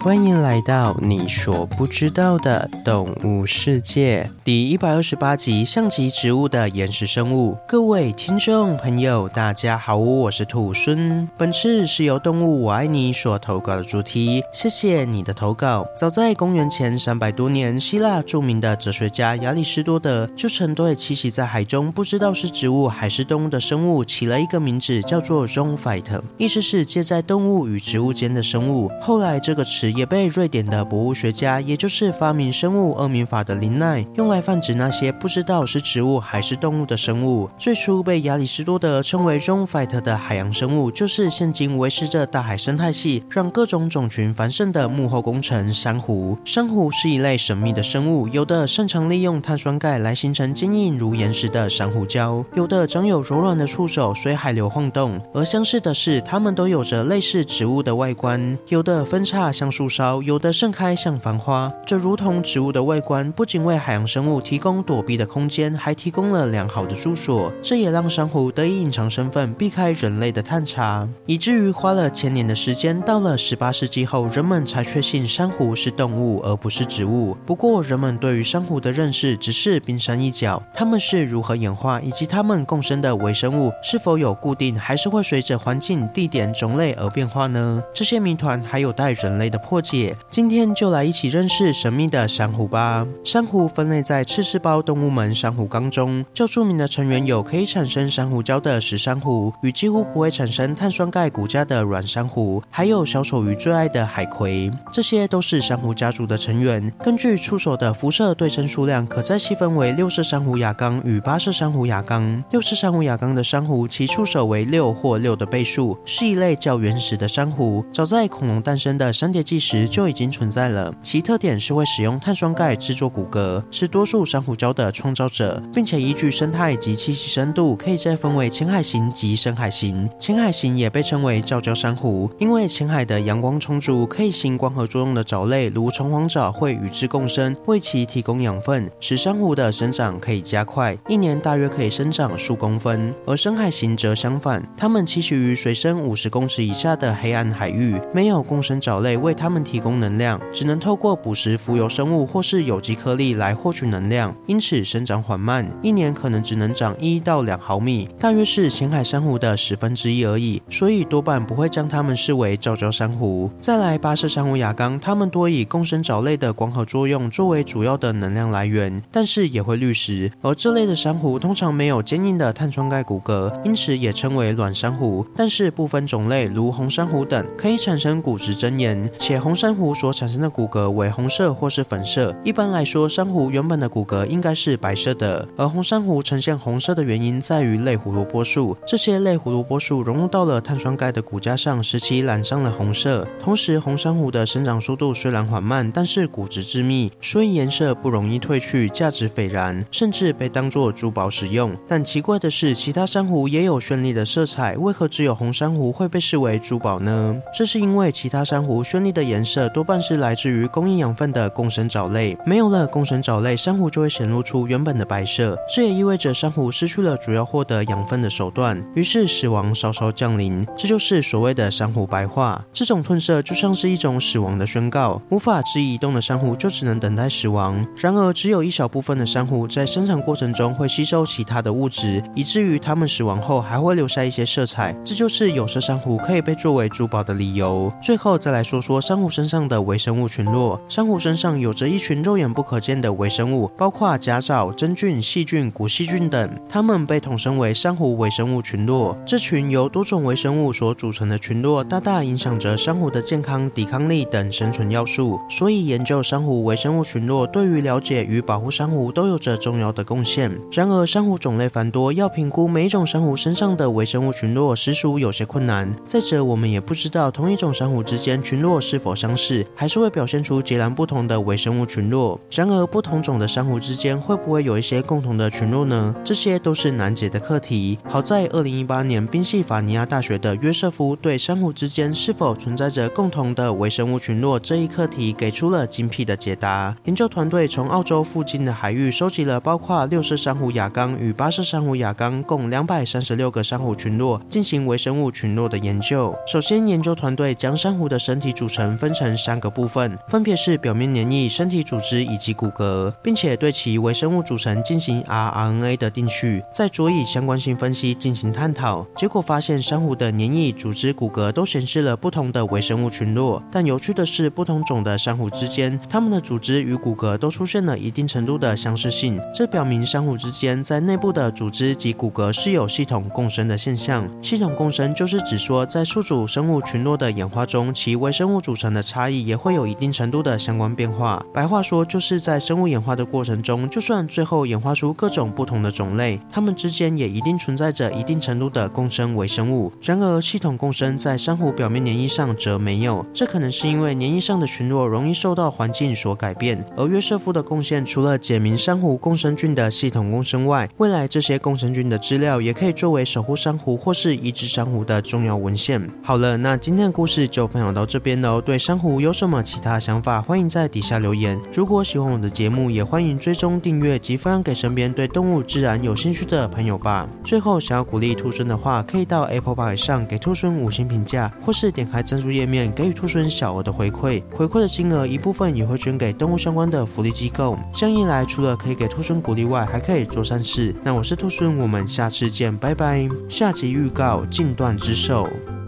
欢迎来到你所不知道的动物世界第128集，像极植物的岩石生物。各位听众朋友大家好，我是兔孙。本次是由动物我爱你所投稿的主题，谢谢你的投稿。早在公元前300多年，希腊著名的哲学家亚里士多德就曾对栖息在海中不知道是植物还是动物的生物起了一个名字，叫做 Zoophyte， 意思是介在动物与植物间的生物。后来这个词也被瑞典的博物学家，也就是发明生物二名法的林奈，用来泛指那些不知道是植物还是动物的生物。最初被亚里士多德称为 Zoophyte 的海洋生物，就是现今维持着大海生态系，让各种种群繁盛的幕后功臣——珊瑚。珊瑚是一类神秘的生物，有的擅长利用碳酸钙来形成坚硬如岩石的珊瑚礁，有的长有柔软的触手随海流晃动。而相似的是，它们都有着类似植物的外观，有的分叉像树梢，有的盛开像繁花。这如同植物的外观，不仅为海洋生物提供躲避的空间，还提供了良好的住所。这也让珊瑚得以隐藏身份，避开人类的探查，以至于花了1000年的时间，到了18世纪后，人们才确信珊瑚是动物而不是植物。不过人们对于珊瑚的认识只是冰山一角，它们是如何演化，以及它们共生的微生物是否有固定，还是会随着环境、地点、种类而变化呢？这些谜团还有待人类的破解。今天就来一起认识神秘的珊瑚吧。珊瑚分类在刺丝胞动物门珊瑚纲中，较著名的成员有可以产生珊瑚礁的石珊瑚，与几乎不会产生碳酸钙骨架的软珊瑚，还有小丑鱼最爱的海葵。这些都是珊瑚家族的成员。根据触手的辐射对称数量，可再细分为6色珊瑚亚纲与8色珊瑚亚纲。6色珊瑚亚纲的珊瑚，其触手为6或6的倍数，是一类较原始的珊瑚，早在恐龙诞生的三叠纪时就已经存在了。其特点是会使用碳酸钙制作骨骼，是多数珊瑚礁的创造者，并且依据生态及栖息深度，可以再分为浅海型及深海型。浅海型也被称为造礁珊瑚，因为浅海的阳光充足，可以行光合作用的藻类如虫黄藻会与之共生，为其提供养分，使珊瑚的生长可以加快，一年大约可以生长数公分。而深海型则相反，它们栖息于水深50公尺以下的黑暗海域，没有共生藻类为它们提供能量，只能透过捕食浮游生物或是有机颗粒来获取能量，因此生长缓慢，一年可能只能长1到2毫米，大约是浅海珊瑚的1/10而已，所以多半不会将它们视为造礁珊瑚。再来8色珊瑚亚纲，它们多以共生藻类的光合作用作为主要的能量来源，但是也会滤食，而这类的珊瑚通常没有坚硬的碳酸钙骨骼，因此也称为卵珊瑚。但是部分种类如红珊瑚等可以产生骨质真岩，且红珊瑚所产生的骨骼为红色或是粉色。一般来说，珊瑚原本的骨骼应该是白色的，而红珊瑚呈现红色的原因在于类胡萝卜素，这些类胡萝卜素融入到了碳酸钙的骨架上，使其染上了红色。同时红珊瑚的生长速度虽然缓慢，但是骨质致密，所以颜色不容易褪去，价值斐然，甚至被当作珠宝使用。但奇怪的是，其他珊瑚也有绚丽的色彩，为何只有红珊瑚会被视为珠宝呢？这是因为其他珊瑚绚丽的颜色多半是来自于供应养分的共生藻类，没有了共生藻类，珊瑚就会显露出原本的白色，这也意味着珊瑚失去了主要获得养分的手段，于是死亡稍稍降临，这就是所谓的珊瑚白化。这种褪色就像是一种死亡的宣告，无法质疑移动的珊瑚就只能等待死亡。然而只有一小部分的珊瑚在生长过程中会吸收其他的物质，以至于它们死亡后还会留下一些色彩，这就是有色珊瑚可以被作为珠宝的理由。最后再来说说珊瑚身上的微生物群落。珊瑚身上有着一群肉眼不可见的微生物，包括甲藻、真菌、细菌、古细菌等，它们被统称为珊瑚微生物群落。这群由多种微生物所组成的群落，大大影响着珊瑚的健康、抵抗力等生存要素，所以研究珊瑚微生物群落对于了解与保护珊瑚都有着重要的贡献。然而珊瑚种类繁多，要评估每一种珊瑚身上的微生物群落实属有些困难。再者，我们也不知道同一种珊瑚之间群落是否相似，还是会表现出截然不同的微生物群落。然而不同种的珊瑚之间会不会有一些共同的群落呢？这些都是难解的课题。好在2018年宾夕法尼亚大学的约瑟夫对珊瑚之间是否存在着共同的微生物群落这一课题给出了精辟的解答。研究团队从澳洲附近的海域收集了包括6色珊瑚亚纲与8色珊瑚亚纲共236个珊瑚群落，进行微生物群落的研究。首先，研究团队将珊瑚的身体组成成分成3个部分，分别是表面黏液、身体组织以及骨骼，并且对其微生物组成进行 rRNA 的定序，再佐以相关性分析进行探讨。结果发现珊瑚的黏液、组织、骨骼都显示了不同的微生物群落，但有趣的是，不同种的珊瑚之间，它们的组织与骨骼都出现了一定程度的相似性，这表明珊瑚之间在内部的组织及骨骼是有系统共生的现象。系统共生就是指说，在宿主生物群落的演化中，其微生物组成的差异也会有一定程度的相关变化。白话说，就是在生物演化的过程中，就算最后演化出各种不同的种类，它们之间也一定存在着一定程度的共生微生物。然而，系统共生在珊瑚表面黏液上则没有，这可能是因为黏液上的群落容易受到环境所改变。而约瑟夫的贡献，除了解明珊瑚共生菌的系统共生外，未来这些共生菌的资料也可以作为守护珊瑚或是移植珊瑚的重要文献。好了，那今天的故事就分享到这边喽。对珊瑚有什么其他想法，欢迎在底下留言。如果喜欢我的节目，也欢迎追踪订阅及分享给身边对动物自然有兴趣的朋友吧。最后，想要鼓励兔狲的话，可以到 Apple Podcast 上给兔狲5星评价，或是点开赞助页面给予兔狲小额的回馈。回馈的金额一部分也会捐给动物相关的福利机构。这样一来，除了可以给兔狲鼓励外，还可以做善事。那我是兔狲，我们下次见，拜拜。下集预告：禁断之兽。